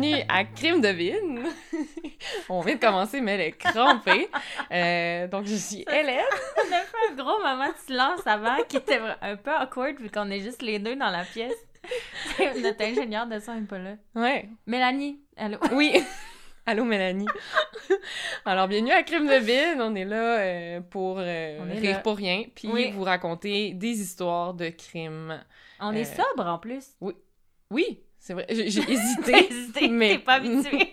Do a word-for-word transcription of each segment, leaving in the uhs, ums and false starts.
bienvenue à Crime Devine. On vient de commencer, mais elle est crampée. Euh, donc, je suis Hélène. On a fait un gros moment de silence avant qui était un peu awkward vu qu'on est juste les deux dans la pièce. Notre ingénieur de son n'est pas là. Ouais. Mélanie, allô? Oui. Allô, Mélanie. Alors, bienvenue à Crime Devine. On est là euh, pour euh, On est rire là. pour rien, puis Oui. vous raconter des histoires de crimes. On est Euh, sobre en plus. Oui, c'est vrai. J'ai, j'ai T'as hésité. hésité, mais... t'es pas habituée.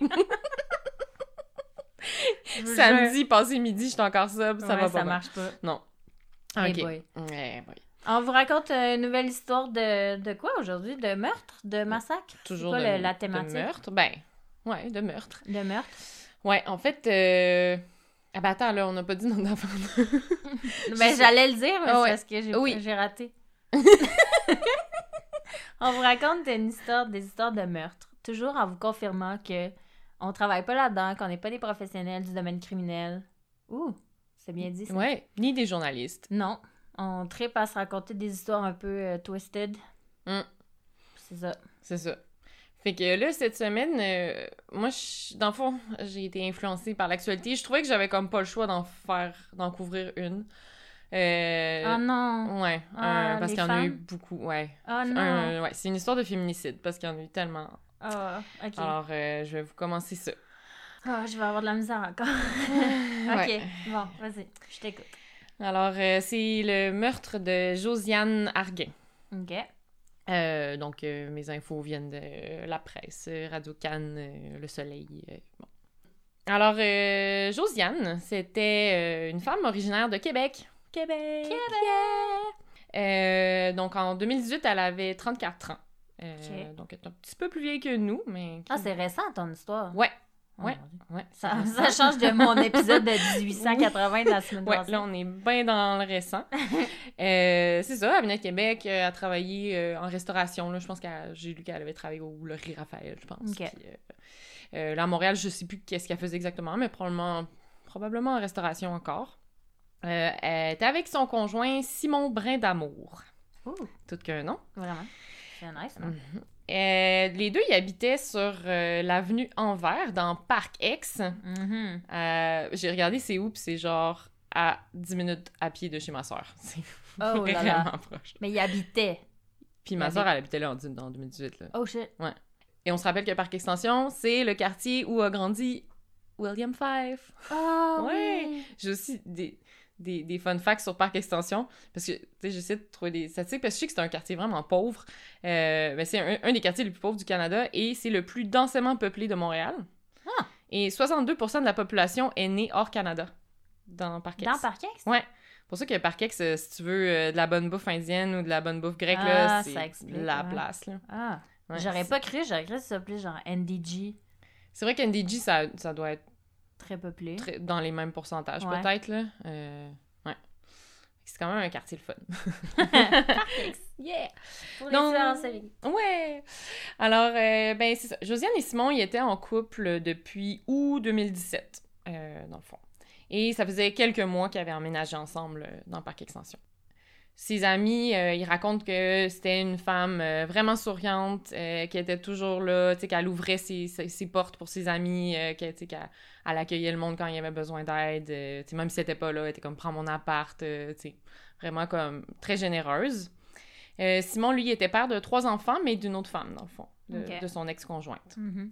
Samedi, passé midi, je suis encore sobre, ça ouais, va pas ça bien. marche pas. Non. Hey OK. boy. Eh boy. On vous raconte une nouvelle histoire de, de quoi aujourd'hui? De meurtre? De massacre? Toujours C'est quoi de, le- la de thématique? meurtre. Ben, ouais, de meurtre. De meurtre. Ouais, en fait... Euh... Ah ben attends, là, on n'a pas dit notre enfant. Ben, j'allais le dire, mais Ah c'est ouais. parce que j'ai, Oui. j'ai raté. On vous raconte une histoire, des histoires de meurtre. Toujours en vous confirmant que on travaille pas là-dedans, qu'on n'est pas des professionnels du domaine criminel. Ouh, c'est bien dit ça. Ouais, ni des journalistes. Non, on tripe à se raconter des histoires un peu euh, twisted. Mm. C'est ça. C'est ça. Fait que là, cette semaine, euh, moi, je- dans le fond, j'ai été influencée par l'actualité. Je trouvais que j'avais comme pas le choix d'en faire, d'en couvrir une. Euh, Oh non! Ouais, Ah, euh, parce les qu'il y en a eu femmes? beaucoup, ouais. Oh non! Un- ouais, c'est une histoire de féminicide, parce qu'il y en a eu tellement. Ah, ok. Alors, euh, je vais vous commencer ça. Ah, je vais avoir de la misère encore. Ouais. Ok, bon, vas-y, je t'écoute. Alors, euh, c'est le meurtre de Josiane Arguin. Ok. Euh, donc, euh, mes infos viennent de euh, la presse, euh, Radio-Can, euh, Le Soleil. euh, bon. Alors, euh, Josiane, c'était euh, une femme originaire de Québec. Québec! Québec! Euh, donc, en deux mille dix-huit, elle avait trente-quatre ans. Euh, Ok. Donc, elle est un petit peu plus vieille que nous, mais... Ah, c'est récent ton histoire. Ouais, Oh, ouais, mon Dieu. ouais. Ça, c'est ça récent. change de mon épisode de dix-huit cent quatre-vingts de la semaine Ouais, passée. là, on est bien dans le récent. Euh, c'est ça, elle venait de Québec, euh, elle a travaillé euh, en restauration. Là, je pense que j'ai lu qu'elle avait travaillé au Laurie Raphaël, je pense. Ok. Puis, euh, euh, là, à Montréal, je sais plus qu'est-ce qu'elle faisait exactement, mais probablement, probablement en restauration encore. Euh, elle était avec son conjoint Simon Brin d'Amour. Ouh, Tout qu'un nom. vraiment. C'est nice, non? Mhm. Euh, les deux, ils habitaient sur euh, l'avenue Anvers, dans Parc X. Mhm. Euh, j'ai regardé c'est où, puis c'est genre à dix minutes à pied de chez ma soeur. C'est Oh là vraiment là. proche. Mais il habitait. Puis ma Il soeur, habite- elle habitait là en, en deux mille dix-huit. Là. Oh shit. Et on se rappelle que Parc Extension, c'est le quartier où a grandi William Fife. Oh Ouais. oui. J'ai aussi des, des, des fun facts sur Parc Extension, parce que, tu sais, j'essaie de trouver des statistiques, parce que je sais que c'est un quartier vraiment pauvre. Euh, ben, c'est un, un des quartiers les plus pauvres du Canada, et c'est le plus densément peuplé de Montréal. Ah. Et soixante-deux pour cent de la population est née hors Canada, dans Parc Ex. Dans Parquex? Ouais. Pour ça que Parc Ex, euh, si tu veux euh, de la bonne bouffe indienne ou de la bonne bouffe grecque, Ah, là, ça c'est explique, la ouais. place, là. Ah. Ouais, J'aurais c'est- pas cru, j'aurais cru que ça plus genre N D G. C'est vrai qu'N D G, ça, ça doit être Très peuplé. très- dans les mêmes pourcentages, Ouais. peut-être, là. Euh, ouais. C'est quand même un quartier le fun. Parquex. Yeah! Pour les Donc- tueurs en série. Ouais! Alors, euh, ben, c'est ça. Josiane et Simon, ils étaient en couple depuis août deux mille dix-sept, euh, dans le fond. Et ça faisait quelques mois qu'ils avaient emménagé ensemble euh, dans Parc Extension. Ses amis, euh, ils racontent que c'était une femme euh, vraiment souriante, euh, qui était toujours là, tu sais, qu'elle ouvrait ses, ses, ses portes pour ses amis, euh, que, tu sais, qu'elle elle accueillait le monde quand il y avait besoin d'aide, euh, tu sais, même si c'était pas là, elle était comme « prends mon appart euh, », tu sais, vraiment comme très généreuse. Euh, Simon, lui, était père de trois enfants, mais d'une autre femme, dans le fond, de, Ok. de son ex-conjointe. Mhm.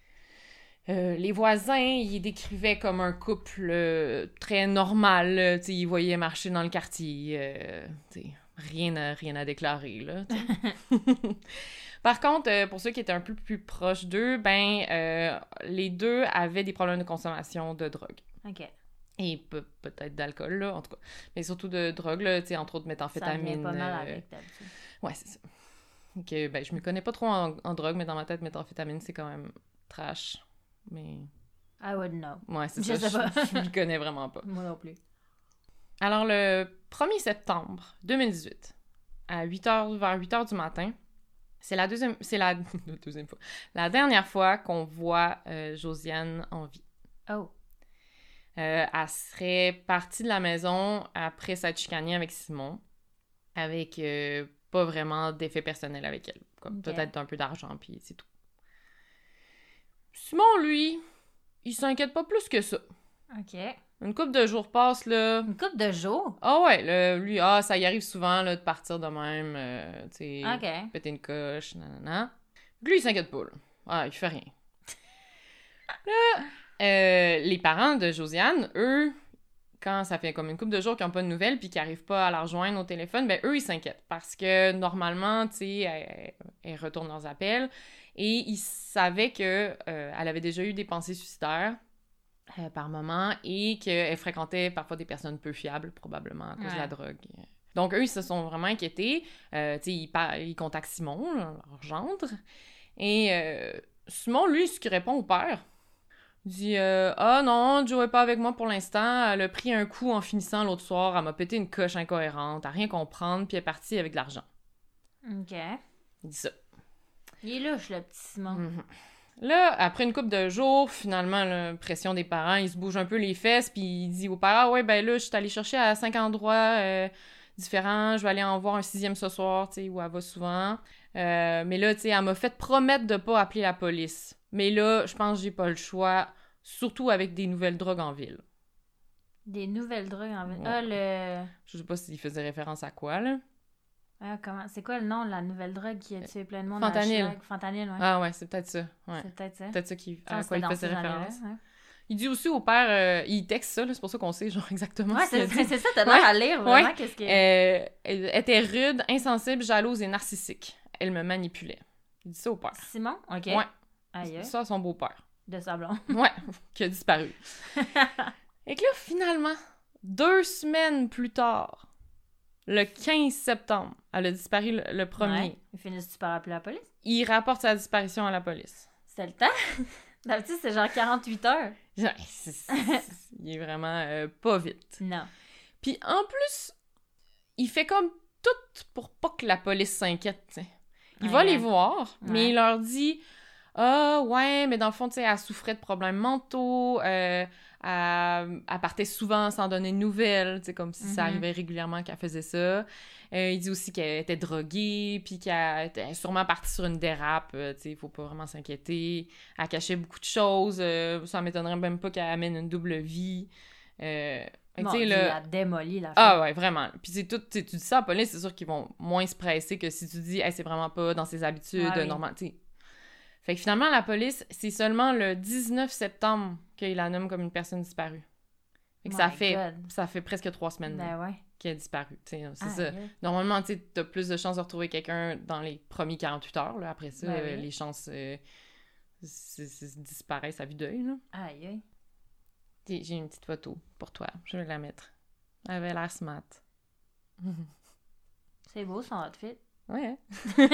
Euh, les voisins, ils décrivaient comme un couple euh, très normal, là, tu sais, ils voyaient marcher dans le quartier, euh, tu sais, rien à, rien à déclarer, là, tu sais. Par contre, euh, pour ceux qui étaient un peu plus proches d'eux, ben, euh, les deux avaient des problèmes de consommation de drogue. Ok. Et pe- peut-être d'alcool, là, en tout cas. Mais surtout de drogue, là, tu sais, entre autres Ça méthamphétamine. vient pas mal euh, avec d'habitude. Ouais, c'est ça. Donc, euh, ben, je me connais pas trop en, en drogue, mais dans ma tête, méthamphétamine, c'est quand même trash. Mais... I would know. Ouais, c'est Je ça. sais pas. Je, je le connais vraiment pas. Moi non plus. Alors, le premier septembre deux mille dix-huit, à huit heures, vers huit heures du matin, c'est la deuxième... C'est la... la deuxième fois. La dernière fois qu'on voit euh, Josiane en vie. Oh. Euh, elle serait partie de la maison après s'être chicanée avec Simon, avec euh, pas vraiment d'effet personnel avec elle. Comme Ok. peut-être un peu d'argent, puis c'est tout. Simon, lui, il s'inquiète pas plus que ça. OK. Une couple de jours passe, là. Une couple de jours? Ah ouais, là, lui, ah, ça y arrive souvent, là, de partir de même, euh, tu sais, OK. péter une coche, nanana. Lui, il s'inquiète pas, là. Ah, il fait rien. Là, euh, les parents de Josiane, eux, quand ça fait comme une couple de jours qu'ils n'ont pas de nouvelles puis qu'ils n'arrivent pas à la rejoindre au téléphone, ben eux, ils s'inquiètent parce que normalement, tu sais, elles, elles retournent leurs appels et ils savaient que euh, elle avait déjà eu des pensées suicidaires euh, par moment et qu'elle fréquentait parfois des personnes peu fiables, probablement à cause Ouais. de la drogue. Donc, eux, ils se sont vraiment inquiétés. Euh, tu sais, ils, par- ils contactent Simon, là, leur gendre, et euh, Simon, lui, ce qu'il répond au père, il dit euh, Ah non, Joe est pas avec moi pour l'instant. Elle a pris un coup en finissant l'autre soir. Elle m'a pété une coche incohérente, à rien comprendre, puis elle est partie avec de l'argent. OK. Il dit ça. Il est louche, le petit Simon. Mhm. Là, après une couple de jours, finalement, la pression des parents, il se bouge un peu les fesses, puis il dit au père Ah ouais, ben là, je suis allée chercher à cinq endroits euh, différents. Je vais aller en voir un sixième ce soir, tu sais, où elle va souvent. Euh, mais là, tu sais, elle m'a fait promettre de pas appeler la police. Mais là, je pense que j'ai pas le choix, surtout avec des nouvelles drogues en ville. Des nouvelles drogues en ville. Ouais. Ah, le... Je sais pas s'il faisait référence à quoi, là. Ah, comment... C'est quoi le nom de la nouvelle drogue qui a tué plein de monde Fentanyl. à Schlag? Fentanyl, ouais. Ah ouais, c'est peut-être ça. Ouais. C'est peut-être ça. Peut-être ça qui, Ça, à quoi c'était il dans faisait ces référence. années-là, hein. Il dit aussi au père, euh, il texte ça, là, c'est pour ça qu'on sait genre exactement Ouais, ce qu'il a c'est dit. c'est ça, t'as l'air Ouais. à lire vraiment Ouais. qu'est-ce que... Euh, elle était rude, insensible, jalouse et narcissique. Elle me manipulait. Il dit ça au père. Simon? OK. Ouais. Aïe, Il aïe. dit ça à son beau-père. De sablon. Ouais, qui a disparu. Et que là, finalement, deux semaines plus tard, le quinze septembre, elle a disparu le, le premier. Ouais. Ils finissent-tu par appeler la police? Il rapporte sa disparition à la police. C'était le temps? D'habitude, c'est genre quarante-huit heures. Ouais, c'est- c'est- il est vraiment euh, pas vite. Non. Puis en plus, il fait comme tout pour pas que la police s'inquiète, tu sais. Il Ouais, va ouais. les voir, mais Ouais. il leur dit « Ah, ouais, mais dans le fond, tu sais, elle souffrait de problèmes mentaux, euh, elle, elle partait souvent sans donner de nouvelles, tu sais, comme si ça Mhm. arrivait régulièrement qu'elle faisait ça. Euh, il dit aussi qu'elle était droguée, puis qu'elle était sûrement partie sur une dérape, euh, tu sais, il faut pas vraiment s'inquiéter. Elle cachait beaucoup de choses, euh, ça m'étonnerait même pas qu'elle amène une double vie. Euh, fait que, Bon, tu sais, il là... a démoli la fille. Ah ouais, vraiment. Puis c'est tout, tu sais, tu dis ça à la police, c'est sûr qu'ils vont moins se presser que si tu dis hey, c'est vraiment pas dans ses habitudes Ouais, oui. normales, tu sais. Fait que finalement, la police, c'est seulement le dix-neuf septembre qu'il la nomme comme une personne disparue. Fait que ça My fait, God. ça fait presque trois semaines là, Ben ouais. qu'elle a disparu, tu sais. C'est Aïe, ça. aïe. Normalement, tu sais, t'as plus de chances de retrouver quelqu'un dans les premiers quarante-huit heures, là. Après ça, Ben euh, oui. les chances euh, c'est- c'est- disparaissent à vue d'œil, là. Aïe, aïe. J'ai j'ai une petite photo pour toi, je vais la mettre. Elle avait l'air smart. C'est beau son outfit. Ouais, hein?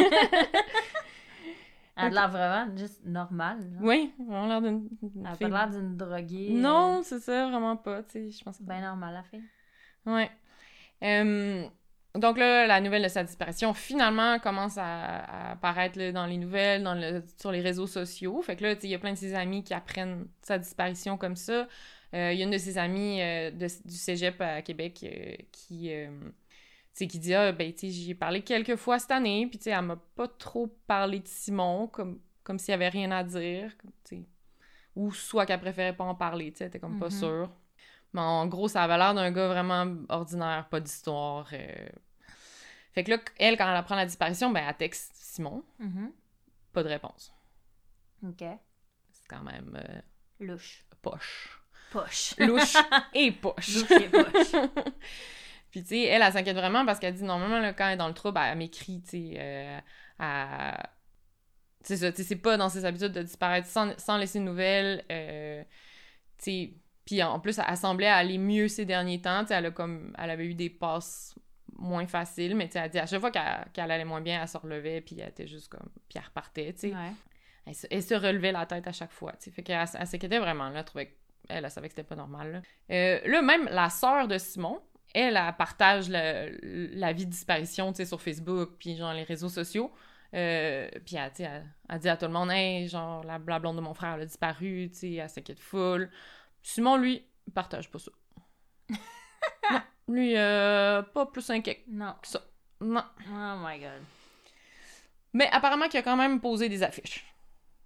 Elle a l'air vraiment juste normale. genre. Oui, vraiment l'air d'une d'une Elle a fille. pas l'air d'une droguée. Non, c'est ça, vraiment pas, tu sais, je pense C'est que... bien normal, la fille. Ouais. Euh, donc là, la nouvelle de sa disparition, finalement, commence à, à apparaître là, dans les nouvelles, dans le, sur les réseaux sociaux. Fait que là, tu sais, il y a plein de ses amis qui apprennent sa disparition comme ça. Euh, Il y a une de ses amies euh, de- du cégep à Québec euh, qui... euh, tu sais, qui dit, ah, ben, tu sais, j'y ai parlé quelques fois cette année, puis, tu sais, elle m'a pas trop parlé de Simon, comme, comme s'il y avait rien à dire, comme, tu sais. Ou soit qu'elle préférait pas en parler, tu sais, elle était comme pas Mhm. sûre. Mais en gros, ça avait l'air d'un gars vraiment ordinaire, pas d'histoire. euh. Fait que là, elle, quand elle apprend la disparition, ben, elle texte Simon, Mhm. pas de réponse. OK. C'est quand même euh, Louche. poche. Poche. Louche et poche. Louche et poche. Puis, tu sais, elle, elle s'inquiète vraiment parce qu'elle dit, normalement, là, quand elle est dans le trouble, elle, elle m'écrit, tu sais, euh, elle... C'est ça, tu sais, c'est pas dans ses habitudes de disparaître sans, sans laisser de nouvelles. Euh, tu sais, puis en plus, elle semblait aller mieux ces derniers temps. Tu sais, elle a comme, elle avait eu des passes moins faciles, mais tu sais, elle dit à chaque fois qu'elle, qu'elle allait moins bien, elle se relevait, puis elle était juste comme, puis elle repartait, tu sais. Ouais. Elle, se- elle se relevait la tête à chaque fois, tu sais. Fait qu'elle elle s'inquiétait vraiment, là, elle trouvait que- elle, elle savait que c'était pas normal, là. Euh, là, même la sœur de Simon, elle, elle partage le- la vie de disparition, tu sais, sur Facebook, puis genre les réseaux sociaux. Euh, puis elle, tu sais, elle, elle dit à tout le monde, hey, genre, la, la blonde de mon frère elle a disparu, tu sais, elle s'inquiète full. Simon, lui, il partage pas ça. Non, lui, euh, pas plus inquiet Non. que ça. Non. Oh my God. Mais apparemment qu'il a quand même posé des affiches.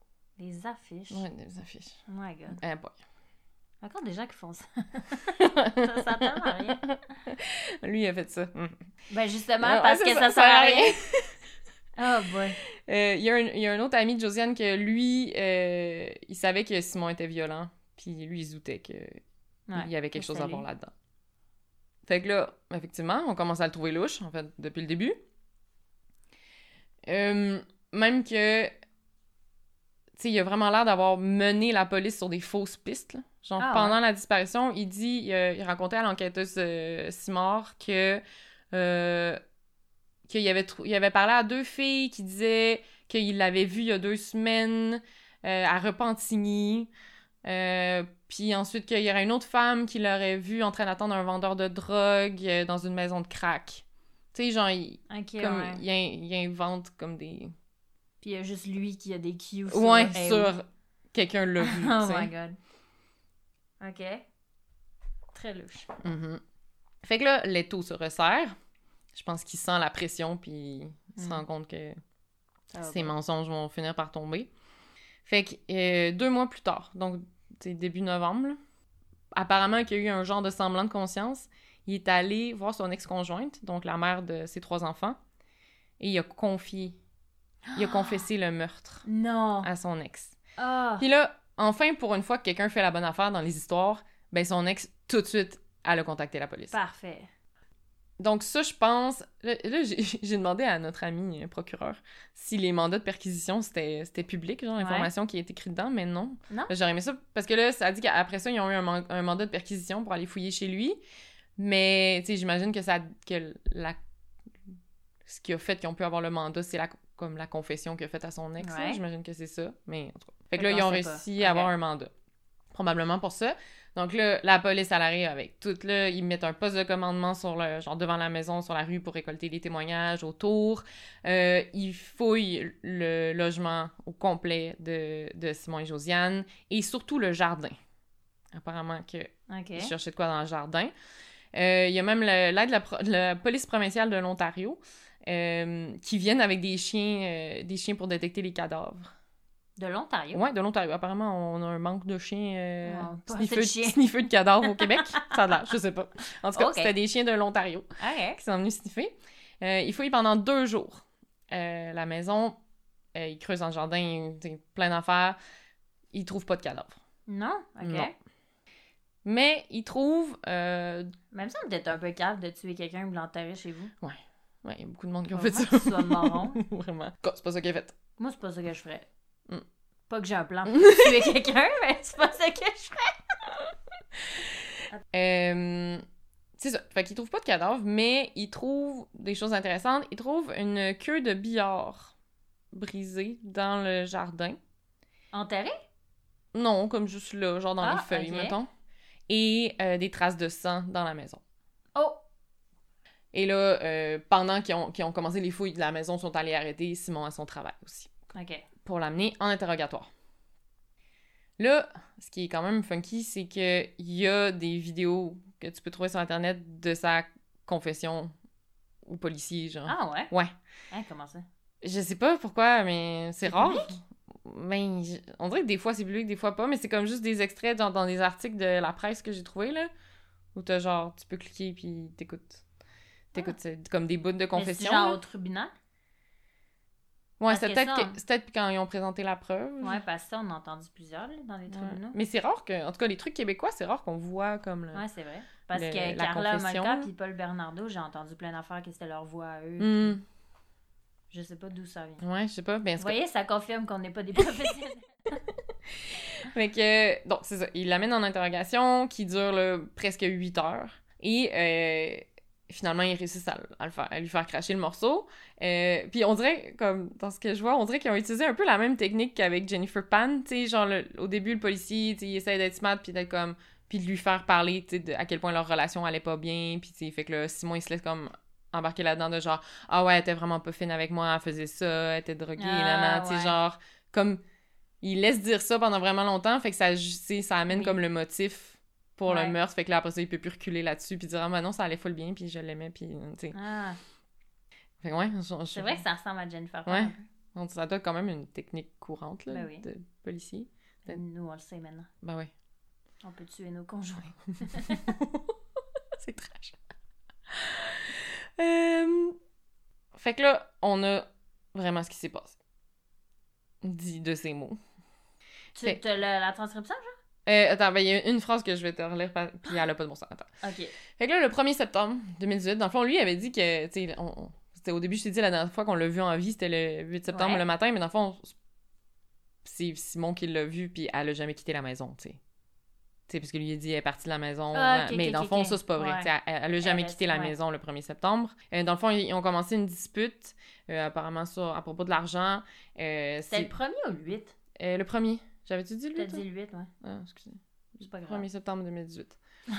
Des affiches. Ouais, des affiches. Oh my God. Eh boy. Encore des gens qui font ça. Ça sert tellement à rien. Lui, il a fait ça. Mm. Ben justement, Ouais, parce c'est que ça, ça ça sert à sert à rien. Oh boy. Euh, Il y, a un- il y a un autre ami de Josiane que lui, euh, il savait que Simon était violent, puis lui, il se doutait qu'il Ouais, y avait quelque que chose c'était à voir lui. là-dedans. Fait que là, effectivement, on commence à le trouver louche, en fait, depuis le début. Euh, même que, tu sais, il a vraiment l'air d'avoir mené la police sur des fausses pistes, là. Genre, Ah, pendant ouais. la disparition, il dit, il, a- il racontait à l'enquêteuse euh, Simard que... Euh, qu'il avait, trou- il avait parlé à deux filles qui disaient qu'il l'avait vu il y a deux semaines euh, à Repentigny. Euh, puis ensuite qu'il y aurait une autre femme qui l'aurait vu en train d'attendre un vendeur de drogue euh, dans une maison de crack. Tu sais, genre, il, Ok, comme, ouais. il, in- il invente comme des... Puis il y a juste lui qui a des cues sur... Ouais, Eh sur oui. quelqu'un l'a vu, Oh tu sais. my God. Ok. Très louche. Mhm. Fait que là, l'étau se resserre. Je pense qu'il sent la pression, puis il se Mm. rend compte que Ça va ces pas. mensonges vont finir par tomber. Fait que euh, deux mois plus tard, donc c'est début novembre, là, apparemment qu'il y a eu un genre de semblant de conscience. Il est allé voir son ex-conjointe, donc la mère de ses trois enfants, et il a confié, il a confessé le meurtre Non. à son ex. Ah. Puis là, enfin, pour une fois que quelqu'un fait la bonne affaire dans les histoires, ben son ex, tout de suite, elle a contacté la police. Parfait. Donc ça, je pense... Là, là, j'ai j'ai demandé à notre ami euh, procureur si les mandats de perquisition, c'était c'était public, genre l'information qui est écrite dedans, mais non. Non? Là, j'aurais aimé ça, parce que là, ça a dit qu'après ça, ils ont eu un, man- un mandat de perquisition pour aller fouiller chez lui, mais, tu sais, j'imagine que ça... que la... ce qui a fait qu'ils ont pu avoir le mandat, c'est la, comme la confession qu'il a faite à son ex, là. Ouais. J'imagine que c'est ça, mais en tout cas. Fait que Fait là, ils qu'on ont sait réussi pas. à avoir Ok. un mandat. Probablement pour ça. Donc là, la police, elle arrive avec tout, là, ils mettent un poste de commandement sur le, genre devant la maison, sur la rue, pour récolter les témoignages autour. Euh, ils fouillent le logement au complet de, de Simon et Josiane, et surtout le jardin. Apparemment que Ok. ils cherchaient de quoi dans le jardin. Euh, Il y a même le- l'aide de la, pro- de la police provinciale de l'Ontario euh, qui viennent avec des chiens, euh, des chiens pour détecter les cadavres. De l'Ontario. Ouais, de l'Ontario. Apparemment, on a un manque de chiens euh, Oh, pas sniffeux, assez de chiens. sniffeux de cadavres au Québec. Ça a l'air, je sais pas. En tout cas, Ok. c'était des chiens de l'Ontario Ok. qui sont venus sniffer. Euh, ils fouillent pendant deux jours. Euh, la maison, euh, ils creusent dans le jardin, tu sais, plein d'affaires. Ils trouvent pas de cadavres. Non? Ok. Non. Mais ils trouvent... Euh... Même ça me peut-être un peu grave de tuer quelqu'un et de l'enterrer chez vous. Ouais, il y a beaucoup de monde qui ont Faut fait ça. vraiment que tu sois moron. Vraiment. Quoi, c'est pas ça qu'il a fait. Moi, c'est pas ça que je ferais. Mm. Pas que j'ai un plan pour tuer quelqu'un, mais c'est pas ça que je ferais. Euh, c'est ça. Fait qu'ils trouvent pas de cadavre, mais ils trouvent des choses intéressantes. Ils trouvent une queue de billard brisée dans le jardin. Enterré? Non, comme juste là, genre dans Ah, les feuilles, ok. mettons. Et euh, des traces de sang dans la maison. Oh! Et là, euh, pendant qu'ils ont, qu'ils ont commencé les fouilles de la maison, ils sont allés arrêter Simon à son travail aussi, Ok. pour l'amener en interrogatoire. Là, ce qui est quand même funky, c'est qu'il y a des vidéos que tu peux trouver sur Internet de sa confession aux policiers, genre. Ah ouais? Ouais. Hein, comment ça? Je sais pas pourquoi, mais c'est C'est rare. public? Ben, je- on dirait que des fois c'est public, des fois pas, mais c'est comme juste des extraits dans, dans des articles de la presse que j'ai trouvé là, où t'as genre, tu peux cliquer puis t'écoutes. T'écoutes, c'est comme des bouts de Mais c'est confession. genre là. au tribunal? Ouais, parce c'est que peut-être ça, que- c'est peut-être quand ils ont présenté la preuve. Ouais, parce que ça, on a entendu plusieurs là, dans les Ouais. tribunaux. Mais c'est rare que, en tout cas, les trucs québécois, c'est rare qu'on voit comme le... Ouais, c'est vrai. Parce Le- que la Carla confession, Malka là. puis Paul Bernardo, j'ai entendu plein d'affaires que c'était leur voix à eux. Hmm. Je sais pas d'où ça vient. Ouais, je sais pas. Ben, en Vous tout cas, voyez, ça confirme qu'on n'est pas des professionnels. fait que, donc, c'est ça. Il l'amène en interrogation qui dure là, presque huit heures. Et euh, finalement, ils réussissent à, à le faire, à lui faire cracher le morceau. Euh, puis on dirait, comme dans ce que je vois, on dirait qu'ils ont utilisé un peu la même technique qu'avec Jennifer Pan. Tu sais, genre, le- au début, le policier, tu sais, il essaie d'être smart, puis d'être comme... Puis de lui faire parler, tu sais, de- à quel point leur relation allait pas bien. Puis, tu sais, fait que là, Simon, il se laisse comme embarquer là-dedans de genre, ah ouais, elle était vraiment pas fine avec moi, elle faisait ça, elle était droguée, Ah, nana, tu sais, ouais. genre, comme, il laisse dire ça pendant vraiment longtemps, fait que ça, tu sais, ça amène Oui. comme le motif pour Ouais. le meurtre, fait que là, après ça, il peut plus reculer là-dessus, puis dire, ah, bah non, ça allait full bien, puis je l'aimais, puis, tu sais. Ah, Fait que ouais, je- je- c'est vrai que ça ressemble à Jennifer. Ouais. Pan, un peu. Donc, ça doit être quand même une technique courante, là, Ben oui. de policier. Ben- Nous, on le sait maintenant. Ben oui. On peut tuer nos conjoints. C'est trash. Euh... Fait que là, on a vraiment ce qui s'est passé. Dit de ces mots. Tu Fait- as la, la transcription, genre? Euh, attends, ben il y a une phrase que je vais te relire, par- puis elle a pas de bon sens. Attends. OK. Fait que là, le premier septembre deux mille dix-huit, dans le fond, lui, il avait dit que, tu sais, on- on- c'était au début, je t'ai dit, la dernière fois qu'on l'a vu en vie, c'était le huit septembre Ouais. le matin, mais dans le fond, c'est Simon qui l'a vu, puis elle a jamais quitté la maison, tu sais. Tu sais, parce que lui, il a dit, elle est partie de la maison, Ah, ok, mais ok, dans le ok, fond, ok. ça, c'est pas vrai. Ouais. Tu sais, Elle, elle a jamais Elle quitté reste- la ouais. maison le premier septembre. Euh, dans le fond, ils, ils ont commencé une dispute, euh, apparemment, sur, à propos de l'argent. Euh, C'était c'est le premier ou le huit? euh, le premier. J'avais-tu dit le T'as huit? dit le huit, ouais. Ah, excusez. C'est pas grave. premier septembre deux mille dix-huit.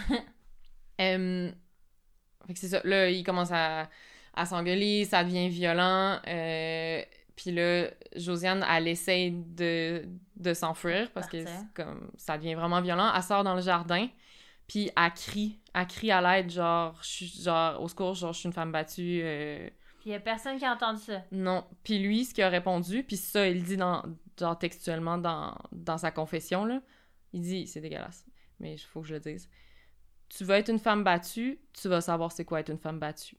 Euh, fait que c'est ça. Là, il commence à, à s'engueuler, ça devient violent. Euh, puis là, Josiane, elle essaye de, de s'enfuir parce que Partir. c'est comme, ça devient vraiment violent. Elle sort dans le jardin, puis elle crie. Elle crie à l'aide, genre, je suis, genre, au secours, genre, je suis une femme battue. euh, Puis y a personne qui a entendu ça. non. Puis lui, ce qu'il a répondu, puis ça, il dit dans, genre textuellement dans, dans sa confession, là, il dit, c'est dégueulasse, mais il faut que je le dise. Tu vas être une femme battue, tu vas savoir c'est quoi être une femme battue.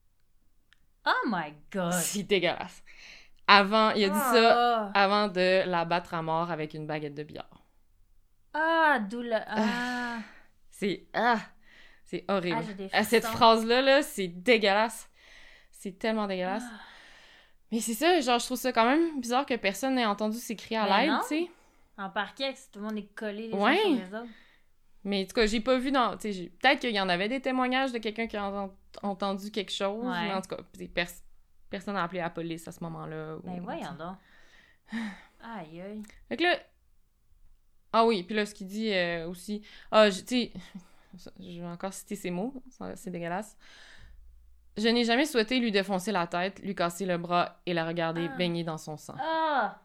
Oh my God! C'est dégueulasse. Avant, il a dit ça Ah, avant de la battre à mort avec une baguette de billard. Ah, d'où le... Ah! C'est... Ah! C'est horrible. Ah, j'ai des Ah, cette frissons. phrase-là, là, c'est dégueulasse. C'est tellement dégueulasse. Ah. Mais c'est ça, genre, je trouve ça quand même bizarre que personne n'ait entendu ces cris à Ben l'aide, non. tu sais. En parquet, tout le monde est collé les Ouais. uns sur les autres. Mais en tout cas, j'ai pas vu dans... tu sais, j'ai- peut-être qu'il y en avait des témoignages de quelqu'un qui a enten- entendu quelque chose, Ouais. mais en tout cas, t'sais, pers- personne n'a appelé la police à ce moment-là. ou- Ben voyons donc. Aïe, aïe. Fait que là... Ah oui, puis là, ce qu'il dit euh, aussi... Ah, je- tu sais... Je vais encore citer ces mots, ça- c'est dégueulasse. Je n'ai jamais souhaité lui défoncer la tête, lui casser le bras et la regarder Ah. baigner dans son sang. Ah!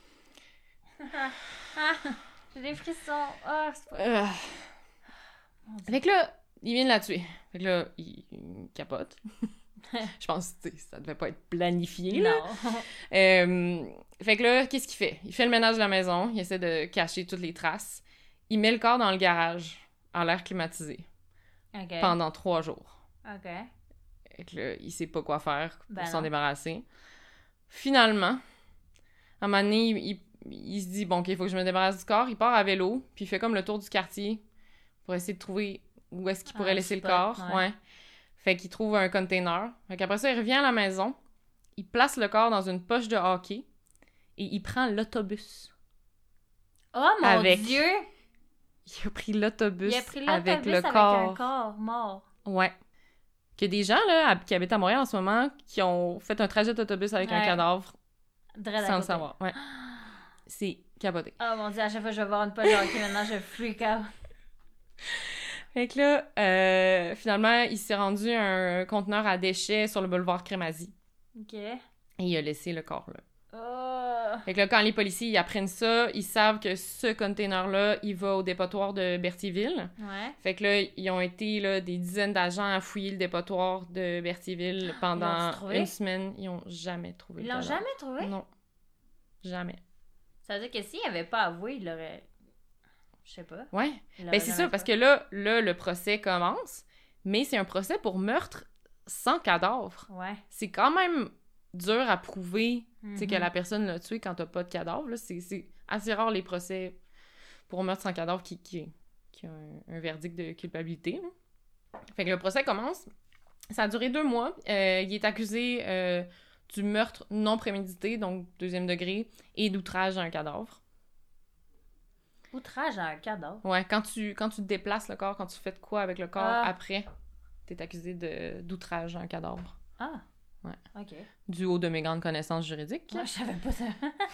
Ah! J'ai des frissons. Ah, c'est pas... Euh. Mon Dieu. Fait que là, il vient de la tuer. Fait que là, il, il capote. Je pense que ça devait pas être planifié, là. Non. Euh, fait que là, qu'est-ce qu'il fait? Il fait le ménage de la maison, il essaie de cacher toutes les traces. Il met le corps dans le garage, en l'air climatisé, OK. pendant trois jours. OK. Fait que là, il sait pas quoi faire pour Ben s'en non. débarrasser. Finalement, à un moment donné, il, il- il se dit, bon, OK, il faut que je me débarrasse du corps. Il part à vélo, puis il fait comme le tour du quartier pour essayer de trouver où est-ce qu'il pourrait Un laisser le spot, corps. ouais. Ouais. Fait qu'il trouve un container. Fait qu'après ça, il revient à la maison, il place le corps dans une poche de hockey et il prend l'autobus. Oh mon Avec Dieu! Il a pris l'autobus Il a pris avec l'autobus le avec corps. un corps mort. Ouais. Que des gens, là, qui habitent à Montréal en ce moment, qui ont fait un trajet d'autobus avec un Ouais. cadavre Dread à sans le côté. savoir. Ouais. C'est capoté. Oh mon Dieu, à chaque fois que je vais voir une poche de hockey, maintenant je freak out. Fait que là, euh, finalement, il s'est rendu un conteneur à déchets sur le boulevard Crémazie. OK. Et il a laissé le corps là. Oh. Fait que là, quand les policiers ils apprennent ça, ils savent que ce container-là, il va au dépotoir de Berthierville. Ouais. Fait que là, ils ont été là, des dizaines d'agents à fouiller le dépotoir de Berthierville pendant Ils l'ont trouvé? une semaine. Ils ont jamais trouvé Ils le l'ont cadavre. jamais trouvé? Non. Jamais. Ça veut dire que s'il avait pas avoué, il aurait... Je sais pas. Ouais. Il Ben l'aurait c'est jamais ça, parce fait. que là, là, le procès commence, mais c'est un procès pour meurtre sans cadavre. Ouais. C'est quand même dur à prouver, tu sais, que Mhm. la personne l'a tué quand t'as pas de cadavre. Là. C'est, c'est assez rare les procès pour meurtre sans cadavre qui, qui, qui ont un, un verdict de culpabilité. Là. Fait que le procès commence. Ça a duré deux mois. Euh, il est accusé euh, du meurtre non prémédité, donc deuxième degré, et d'outrage à un cadavre. Outrage à un cadavre. Ouais, quand tu, quand tu déplaces le corps, quand tu fais de quoi avec le corps Ah. après, t'es accusé de, d'outrage à un cadavre. Ah. Ouais. OK. Du haut de mes grandes connaissances juridiques. Moi, je savais pas ça.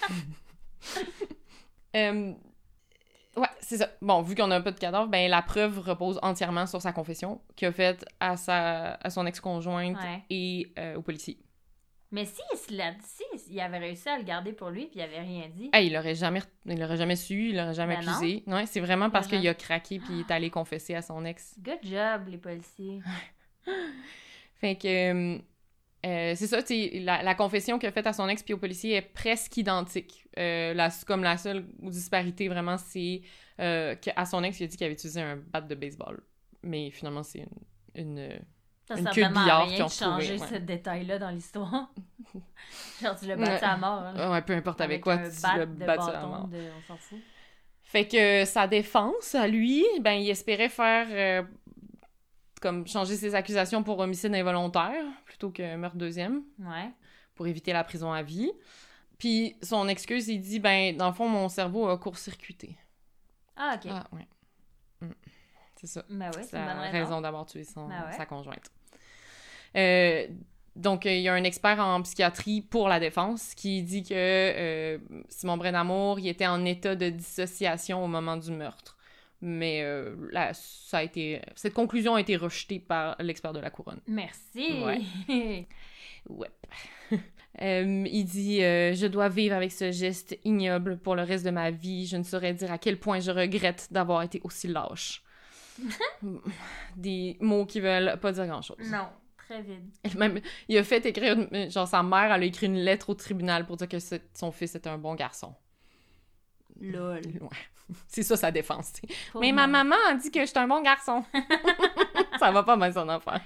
Euh, ouais, c'est ça. Bon, vu qu'on a pas de cadavre, ben la preuve repose entièrement sur sa confession qu'il a faite à, sa, à son ex-conjointe Ouais. et euh, au policier. Mais si il, se l'a- si il avait réussi à le garder pour lui puis il avait rien dit... Hey, il l'aurait jamais, il l'aurait jamais su, il l'aurait jamais Ben non. accusé. Ouais, c'est vraiment parce Ben qu'il a craqué puis il est allé confesser à son ex. Good job, les policiers. Fait que... euh, Euh, c'est ça, tu sais, la, la confession qu'il a faite à son ex puis au policier est presque identique. Euh, la, comme la seule disparité, vraiment, c'est euh, qu'à son ex, il a dit qu'il avait utilisé un bat de baseball. Mais finalement, c'est une, une, Ça, une ça queue de vraiment billard rien qu'ils ont de changer trouvé. Ouais. ce détail-là dans l'histoire. Genre, tu l'as battu à mort. Là. Ouais, peu importe avec, avec quoi, un tu bat l'as de battu à bâton mort. de... On s'en fout. Fait que sa défense, à lui, ben, il espérait faire... Euh, comme changer ses accusations pour homicide involontaire plutôt que meurtre deuxième. Ouais. Pour éviter la prison à vie. Puis son excuse, il dit, ben, dans le fond, mon cerveau a court-circuité. Ah, OK. Ah, ouais. Mm. C'est ça. Ben oui, c'est c'est une la bonne raison, raison d'avoir tué son, ben ouais. sa conjointe. Euh, donc, il y a un expert en psychiatrie pour la défense qui dit que euh, Simon Brindamour, il était en état de dissociation au moment du meurtre. Mais euh, là, ça a été... cette conclusion a été rejetée par l'expert de la couronne. Merci! Ouais. Ouais. euh, il dit euh, « Je dois vivre avec ce geste ignoble pour le reste de ma vie. Je ne saurais dire à quel point je regrette d'avoir été aussi lâche. » Des mots qui veulent pas dire grand-chose. Non, très vide. Même, il a fait écrire... Genre, sa mère, elle a écrit une lettre au tribunal pour dire que son fils était un bon garçon. Lol. Ouais. C'est ça, sa défense, t'sais. Pour Mais moi. ma maman a dit que je suis un bon garçon. Ça va pas mal, son affaire.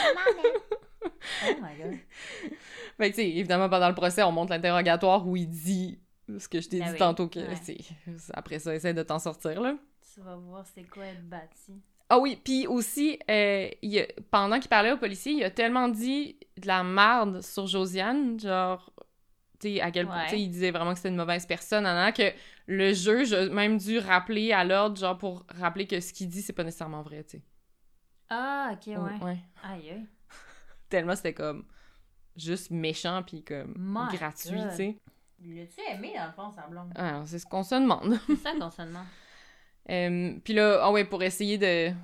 Oh my God. Fait que, tu sais, évidemment, pendant le procès, on montre l'interrogatoire où il dit ce que je t'ai Ah dit oui. tantôt, que, Ouais. c'est... Après ça, essaie de t'en sortir, là. Tu vas voir c'est quoi être bâti. Ah oui, puis aussi, euh, il a- pendant qu'il parlait au policier, il a tellement dit de la merde sur Josiane, genre... Tu sais, à quel point... Ouais. Tu sais, il disait vraiment que c'était une mauvaise personne, nan, nan, que le juge a même dû rappeler à l'ordre, genre, pour rappeler que ce qu'il dit, c'est pas nécessairement vrai, tu sais. Ah, OK, ouais. Ouais. Aïe, aïe. Tellement c'était comme... juste méchant, puis comme... My gratuit, God. tu sais. L'as-tu aimé, dans le fond, sa blonde? Alors, c'est ce qu'on se demande. C'est ça qu'on se demande. Euh, puis là, ah ouais, pour essayer de,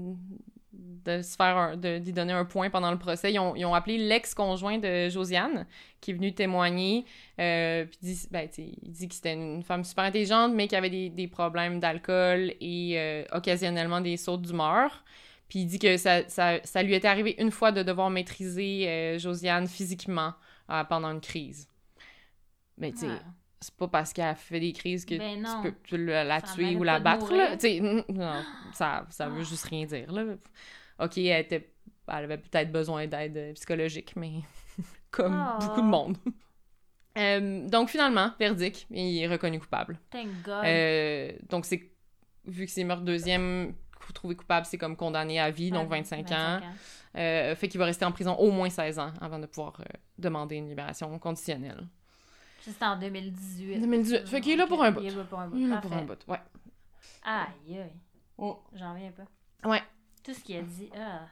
de se faire un, de, d'y donner un point pendant le procès, ils ont, ils ont appelé l'ex-conjoint de Josiane, qui est venu témoigner, euh, puis dit, ben, tu sais, il dit que c'était une femme super intelligente, mais qui avait des, des problèmes d'alcool et euh, occasionnellement des sautes d'humeur. Puis il dit que ça, ça, ça lui était arrivé une fois de devoir maîtriser euh, Josiane physiquement euh, pendant une crise. Mais tu sais, Ah. c'est pas parce qu'elle fait des crises que Ben tu non. peux tu la, la Ça tuer mérite ou la pas de battre, mourir. là. Tu sais, n- non, ça, ça veut Ah. juste rien dire, là. OK, elle, était, elle avait peut-être besoin d'aide euh, psychologique, mais comme Ah. beaucoup de monde. Euh, donc, finalement, verdict, il est reconnu coupable. Thank God. Euh, donc, c'est vu que c'est meurtre deuxième, trouvé coupable, c'est comme condamné à vie, donc Ouais, vingt-cinq ans. Euh, fait qu'il va rester en prison au moins seize ans avant de pouvoir euh, demander une libération conditionnelle. Ça, c'était en deux mille dix-huit. deux mille dix-huit. Fait qu'il est là pour un bout. Il est là pour un bout. Il est là pour Parfait. un bout, ouais. Aïe, aïe. Oh. J'en reviens pas. Ouais. Tout ce qu'il a dit, ah.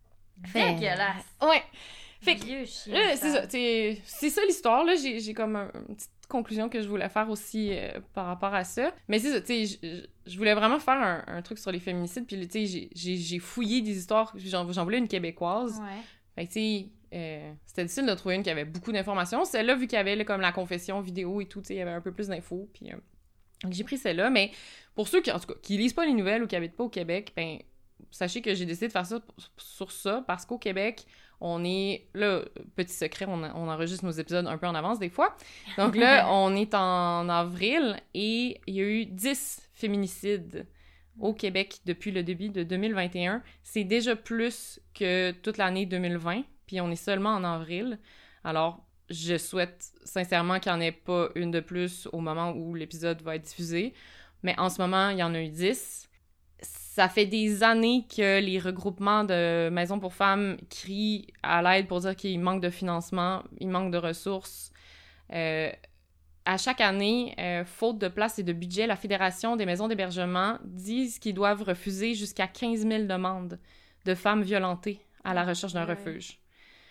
Fait- Dégueulasse. Ouais. Fait que, Vieux chien. là, c'est sale. ça, t'sais, c'est ça l'histoire, là. J'ai, j'ai comme un- une petite conclusion que je voulais faire aussi euh, par rapport à ça. Mais c'est ça, tu sais, je- je voulais vraiment faire un, un truc sur les féminicides, puis tu sais, j'ai- j'ai j'ai fouillé des histoires, j'en, j'en voulais une québécoise. Ouais. Fait que, tu sais, euh, c'était difficile de trouver une qui avait beaucoup d'informations. Celle-là, vu qu'il y avait là, comme la confession vidéo et tout, tu sais, il y avait un peu plus d'infos, puis... euh, donc j'ai pris celle-là, mais pour ceux qui, en tout cas, qui lisent pas les nouvelles ou qui habitent pas au Québec, ben, sachez que j'ai décidé de faire ça pour- sur ça, parce qu'au Québec, on est... Là, petit secret, on, on enregistre nos épisodes un peu en avance des fois. Donc là, on est en avril, et il y a eu dix féminicides au Québec depuis le début de deux mille vingt et un. C'est déjà plus que toute l'année deux mille vingt, puis on est seulement en avril. Alors, je souhaite sincèrement qu'il n'y en ait pas une de plus au moment où l'épisode va être diffusé. Mais en ce moment, il y en a eu dix. Ça fait des années que les regroupements de maisons pour femmes crient à l'aide pour dire qu'il manque de financement, il manque de ressources. Euh, à chaque année, euh, faute de place et de budget, la Fédération des maisons d'hébergement disent qu'ils doivent refuser jusqu'à quinze mille demandes de femmes violentées à la recherche d'un Ouais. refuge.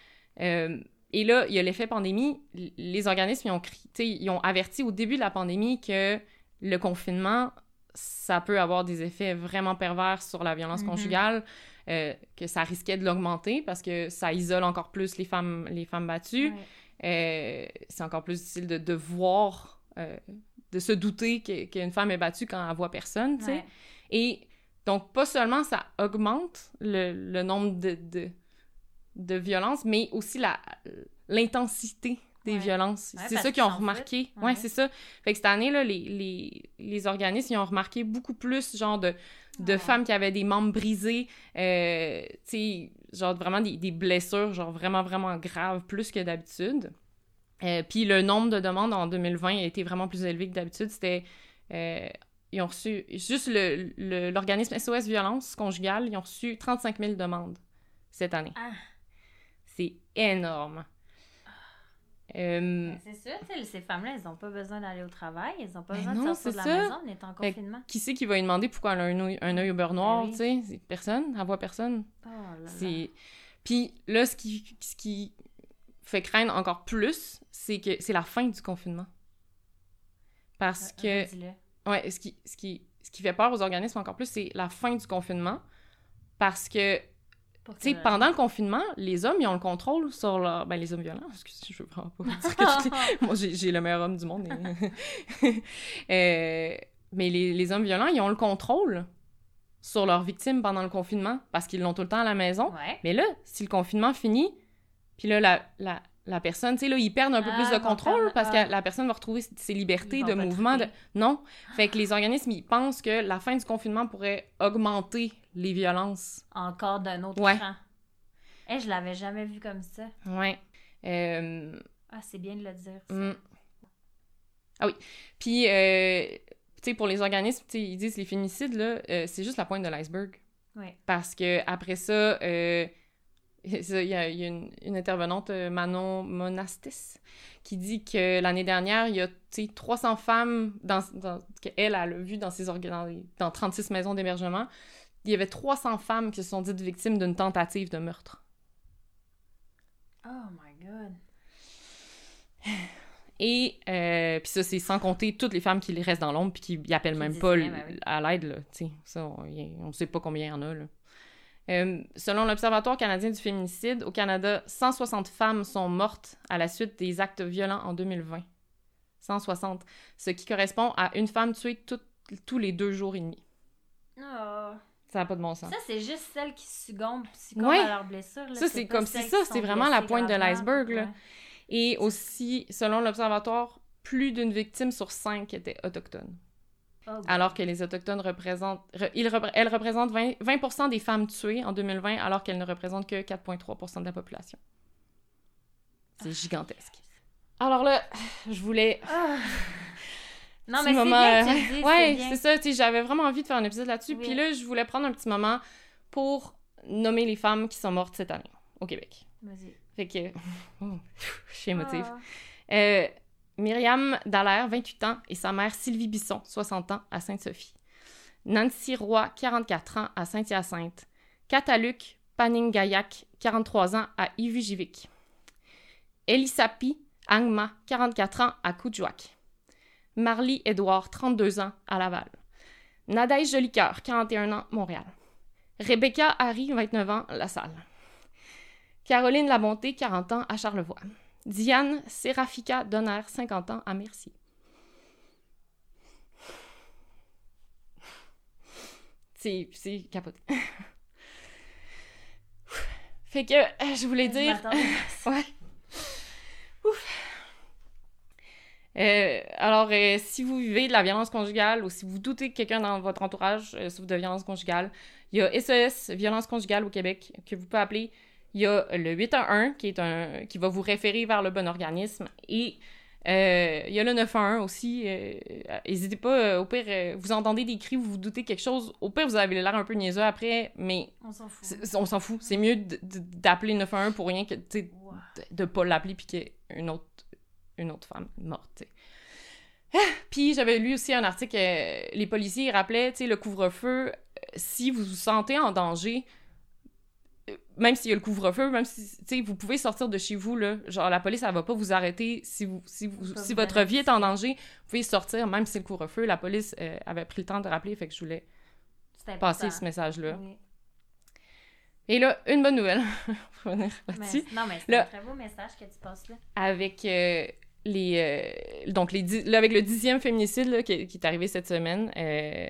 Euh, et là, il y a l'effet pandémie. L- Les organismes ils ont, cri- tu sais, ils ont averti au début de la pandémie que le confinement, ça peut avoir des effets vraiment pervers sur la violence Mhm. conjugale, euh, que ça risquait de l'augmenter parce que ça isole encore plus les femmes, les femmes battues. Ouais. Euh, c'est encore plus difficile de, de voir, euh, de se douter que- qu'une femme est battue quand elle voit personne, tu sais. Ouais. Et donc, pas seulement ça augmente le, le nombre de, de, de violence, mais aussi la, l'intensité des ouais. violences. Ouais, c'est parce ça qu'ils ont s'en remarqué. foutent. Ouais, Ouais. c'est ça. Fait que cette année, là, les, les, les organismes, ils ont remarqué beaucoup plus, genre, de, de Oh. femmes qui avaient des membres brisés, euh, tu sais, genre, vraiment des, des blessures, genre, vraiment, vraiment graves, plus que d'habitude. Euh, Puis le nombre de demandes en deux mille vingt a été vraiment plus élevé que d'habitude. C'était... Euh, ils ont reçu... Juste le, le, l'organisme S O S Violence Conjugale, ils ont reçu trente-cinq mille demandes cette année. Ah. C'est énorme. Euh, Ben, c'est sûr, tu sais, ces femmes-là, elles n'ont pas besoin d'aller au travail, elles n'ont pas Ben besoin non, de sortir de la c'est ça. maison, on est en Fait que confinement. qui c'est qui va lui demander pourquoi elle a un œil, un œil au beurre noir, Ben oui. tu sais? C'est personne, elle voit personne. Oh là là. C'est... Puis là, ce qui, ce qui fait craindre encore plus, c'est que c'est la fin du confinement. Parce Ah, que... redis-le. Ouais, ce qui, ce, qui, ce qui fait peur aux organismes encore plus, c'est la fin du confinement. Parce que, Pour tu sais, quelle pendant le confinement, les hommes, ils ont le contrôle sur leur... Ben, les hommes violents, parce que je veux vraiment pas dire que raison? je... Moi, j'ai, j'ai le meilleur homme du monde. Et... euh, mais les, les hommes violents, ils ont le contrôle sur leurs victimes pendant le confinement, parce qu'ils l'ont tout le temps à la maison. Ouais. Mais là, si le confinement finit, puis là, la, la, la personne, tu sais, là, ils perdent un peu Ah, plus de ils vont contrôle perdre- parce ah. que la personne va retrouver ses libertés Ils vont de pas mouvement. De... triper. Non. Fait que les organismes, ils pensent que la fin du confinement pourrait augmenter les violences. Encore d'un autre Ouais. cran. Eh, je l'avais jamais vu comme ça. Ouais. Euh... Ah, c'est bien de le dire, ça. mm. Ah oui. Puis, euh, tu sais, pour les organismes, tu sais, ils disent les féminicides, là, euh, c'est juste la pointe de l'iceberg. Oui. Parce que après ça, euh, il y a, il y a une, une intervenante, euh, Manon Monastis, qui dit que l'année dernière, il y a, tu sais, trois cents femmes dans, dans, qu'elle, elle a vu dans, ses orga- dans, les- dans trente-six maisons d'hébergement. Il y avait trois cents femmes qui se sont dites victimes d'une tentative de meurtre. Oh my God. Et, euh, puis ça, c'est sans compter toutes les femmes qui restent dans l'ombre puis qui y appellent Qui même disent pas rien, l- ben oui. à l'aide, là, tu sais. Ça, on, y- on sait pas combien il y en a, là. Euh, selon l'Observatoire canadien du féminicide, au Canada, cent soixante femmes sont mortes à la suite des actes violents en deux mille vingt. cent soixante. Ce qui correspond à une femme tuée tout- tous les deux jours et demi. Oh. Ça n'a pas de bon sens. Ça, c'est juste celles qui succombent, succombent Ouais. à leurs blessures. Là. Ça, c'est pas comme si celles ça, qui c'est sont vraiment la blessées pointe de gravement, l'iceberg, puis là. ouais. Et aussi, selon l'Observatoire, plus d'une victime sur cinq était autochtone. Oh, God. Alors que les Autochtones représentent... re- ils repré- elles représentent vingt, vingt pour cent des femmes tuées en deux mille vingt, alors qu'elles ne représentent que quatre virgule trois pour cent de la population. C'est gigantesque. Alors là, je voulais... Ah. Non, petit mais c'est moment, bien que tu euh, le dises, ouais, c'est bien. c'est ça, tu sais, j'avais vraiment envie de faire un épisode là-dessus. Oui. Puis là, je voulais prendre un petit moment pour nommer les femmes qui sont mortes cette année au Québec. Vas-y. Fait que... Oh, je suis émotive. Ah. Euh, Myriam Dallaire, vingt-huit ans, et sa mère Sylvie Bisson, soixante ans, à Sainte-Sophie. Nancy Roy, quarante-quatre ans, à Saint-Hyacinthe. Kataluc Paninggayak, quarante-trois ans, à Ivujivik. Elisapi Angma, quarante-quatre ans, à Coudjouac. Marlie Édouard, trente-deux ans, à Laval. Nadège Jolicoeur, quarante et un ans, Montréal. Rebecca Harry, vingt-neuf ans, La Salle. Caroline Labonté, quarante ans, à Charlevoix. Diane Sérafika Donner, cinquante ans, à Mercier. C'est, c'est capoté. Fait que, euh, je voulais Je dire... m'attendais à ça. Ouais. Ouf. Euh, alors, euh, si vous vivez de la violence conjugale ou si vous doutez que quelqu'un dans votre entourage euh, souffre de violence conjugale, il y a S O S Violence conjugale au Québec que vous pouvez appeler. Il y a le huit un un qui, est un, qui va vous référer vers le bon organisme. Et euh, il y a le neuf un un aussi. Euh, n'hésitez pas, euh, au pire, euh, vous entendez des cris, vous vous doutez quelque chose. Au pire, vous avez l'air un peu niaiseux après, mais On s'en fout. c'est- on s'en fout. C'est mieux d- d- d'appeler le neuf un un pour rien que, tu sais, Wow. de ne pas l'appeler puis qu'il y ait une autre, une autre femme morte, tu sais. Ah! Puis j'avais lu aussi un article, euh, les policiers ils rappelaient, tu sais, le couvre-feu, euh, si vous vous sentez en danger, euh, même s'il y a le couvre-feu, même si, tu sais, vous pouvez sortir de chez vous, là, genre la police, elle va pas vous arrêter si, vous, si, vous, Ils peuvent si vous votre donner vie un est en ticket. danger, vous pouvez sortir, même si c'est le couvre-feu. La police euh, avait pris le temps de rappeler, fait que je voulais C'est important. passer ce message-là. Oui. Et là, une bonne nouvelle, pour revenir Mais- là-dessus. non, mais c'est Là- un très beau message que tu passes là. avec euh, les euh, donc les dix- là, avec le dixième féminicide là, qui, qui est arrivé cette semaine, euh,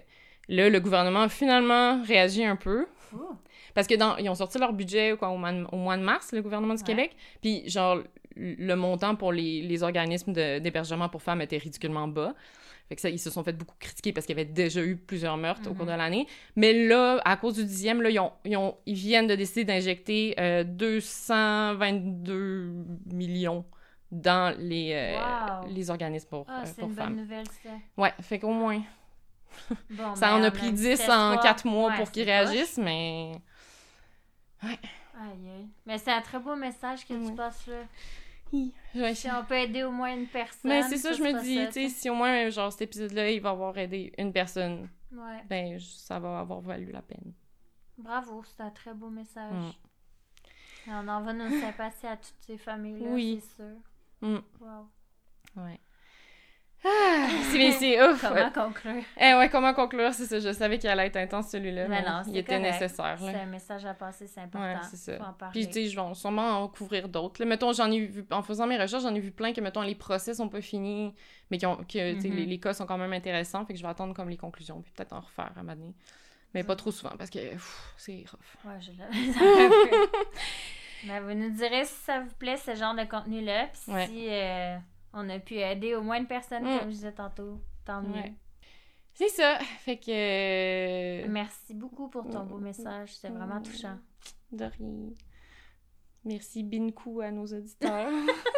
Là, le gouvernement a finalement réagi un peu. Ouh. Parce que dans, ils ont sorti leur budget quoi, au, mois de, au mois de mars, le gouvernement du Ouais. Québec. Puis, genre, le montant pour les, les organismes de, d'hébergement pour femmes était ridiculement bas. Fait que ça, ils se sont fait beaucoup critiquer parce qu'il y avait déjà eu plusieurs meurtres mm-hmm. au cours de l'année. Mais là, à cause du dixième, là, ils, ont, ils, ont, ils viennent de décider d'injecter euh, deux cent vingt-deux millions dans les, euh, wow. les organismes pour, ah, euh, c'est pour une femmes. bonne nouvelle, ça. Ouais, fait qu'au moins... Bon, ça en a pris dix en quatre mois ouais, pour qu'ils réagissent, mais... Ouais. Aïe, aïe. Mais c'est un très beau message que ouais. tu passes là. Ouais, si on peut aider au moins une personne. Mais c'est ça, ça je me dis, ça, tu sais, si au moins, genre, cet épisode-là, il va avoir aidé une personne, ouais. ben, ça va avoir valu la peine. Bravo, c'est un très beau message. Mm. On envoie nos sympathies à toutes ces familles-là, oui. c'est sûr. Mm. Wow. Ouais. Ah, c'est, c'est ouf. Comment ouais. conclure? Eh ouais, comment conclure, c'est ça. Je savais qu'il allait être intense, celui-là, mais, mais non, il était correct. nécessaire. Là. C'est un message à passer, c'est important. Ouais, c'est ça. Faut en parler. Puis, tu sais, je vais sûrement en couvrir d'autres. Là, mettons, j'en ai vu, en faisant mes recherches, j'en ai vu plein que, mettons, les procès sont pas finis, mais qui ont, que, mm-hmm. tu sais, les, les cas sont quand même intéressants, fait que je vais attendre comme les conclusions, puis peut-être en refaire à un moment donné. Mais mm. pas trop souvent, parce que pff, c'est rough. Ouais, je l'ai. Mais vous nous direz si ça vous plaît, ce genre de contenu-là, puis ouais. si... Euh... on a pu aider au moins une personne, mm. comme je disais tantôt. Tant mieux. Ouais. C'est ça. Fait que... Merci beaucoup pour ton beau message. C'était mm. vraiment touchant. De rien. Merci Binkou à nos auditeurs.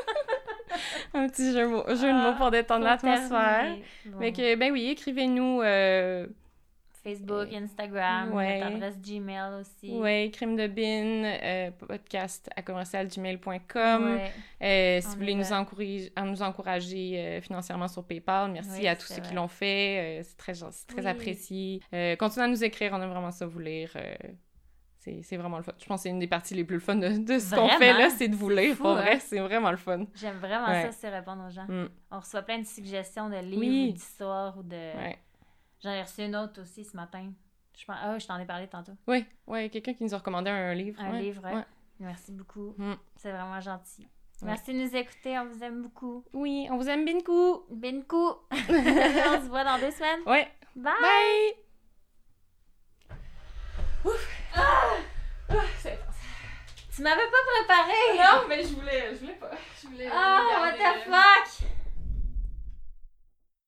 Un petit jeu, jeu ah, de mots pour détendre pour l'atmosphère. Bon. Fait que, ben oui, écrivez-nous... Euh... Facebook, Instagram, ouais. notre adresse Gmail aussi. Oui, crime de bin, euh, podcast à commercial gmail point com. Ouais. Euh, si On vous voulez nous encourager, nous encourager euh, financièrement sur PayPal, merci oui, à tous ceux vrai. qui l'ont fait. Euh, c'est très, c'est très oui. apprécié. Euh, continuez à nous écrire, on aime vraiment ça vous lire. Euh, c'est, c'est vraiment le fun. Je pense que c'est une des parties les plus fun de, de ce vraiment? qu'on fait là, c'est de vous lire. Fou, pour hein? vrai, c'est vraiment le fun. J'aime vraiment ouais. ça, c'est répondre aux gens. Mm. On reçoit plein de suggestions de livres oui. ou d'histoires ou de... Ouais. J'en ai reçu une autre aussi ce matin. Je pense... Ah, je t'en ai parlé tantôt. Oui, oui, quelqu'un qui nous a recommandé un livre. Un ouais. livre, ouais. ouais. Merci beaucoup. Mm. C'est vraiment gentil. Ouais. Merci de nous écouter, on vous aime beaucoup. Oui, on vous aime Binkou. Binkou. On se voit dans deux semaines. Oui. Bye. Bye. Ouf. Ah! Oh, c'est intense. Tu m'avais pas préparé. Non, mais je voulais, je voulais pas. Je voulais. Ah, oh, what the fuck.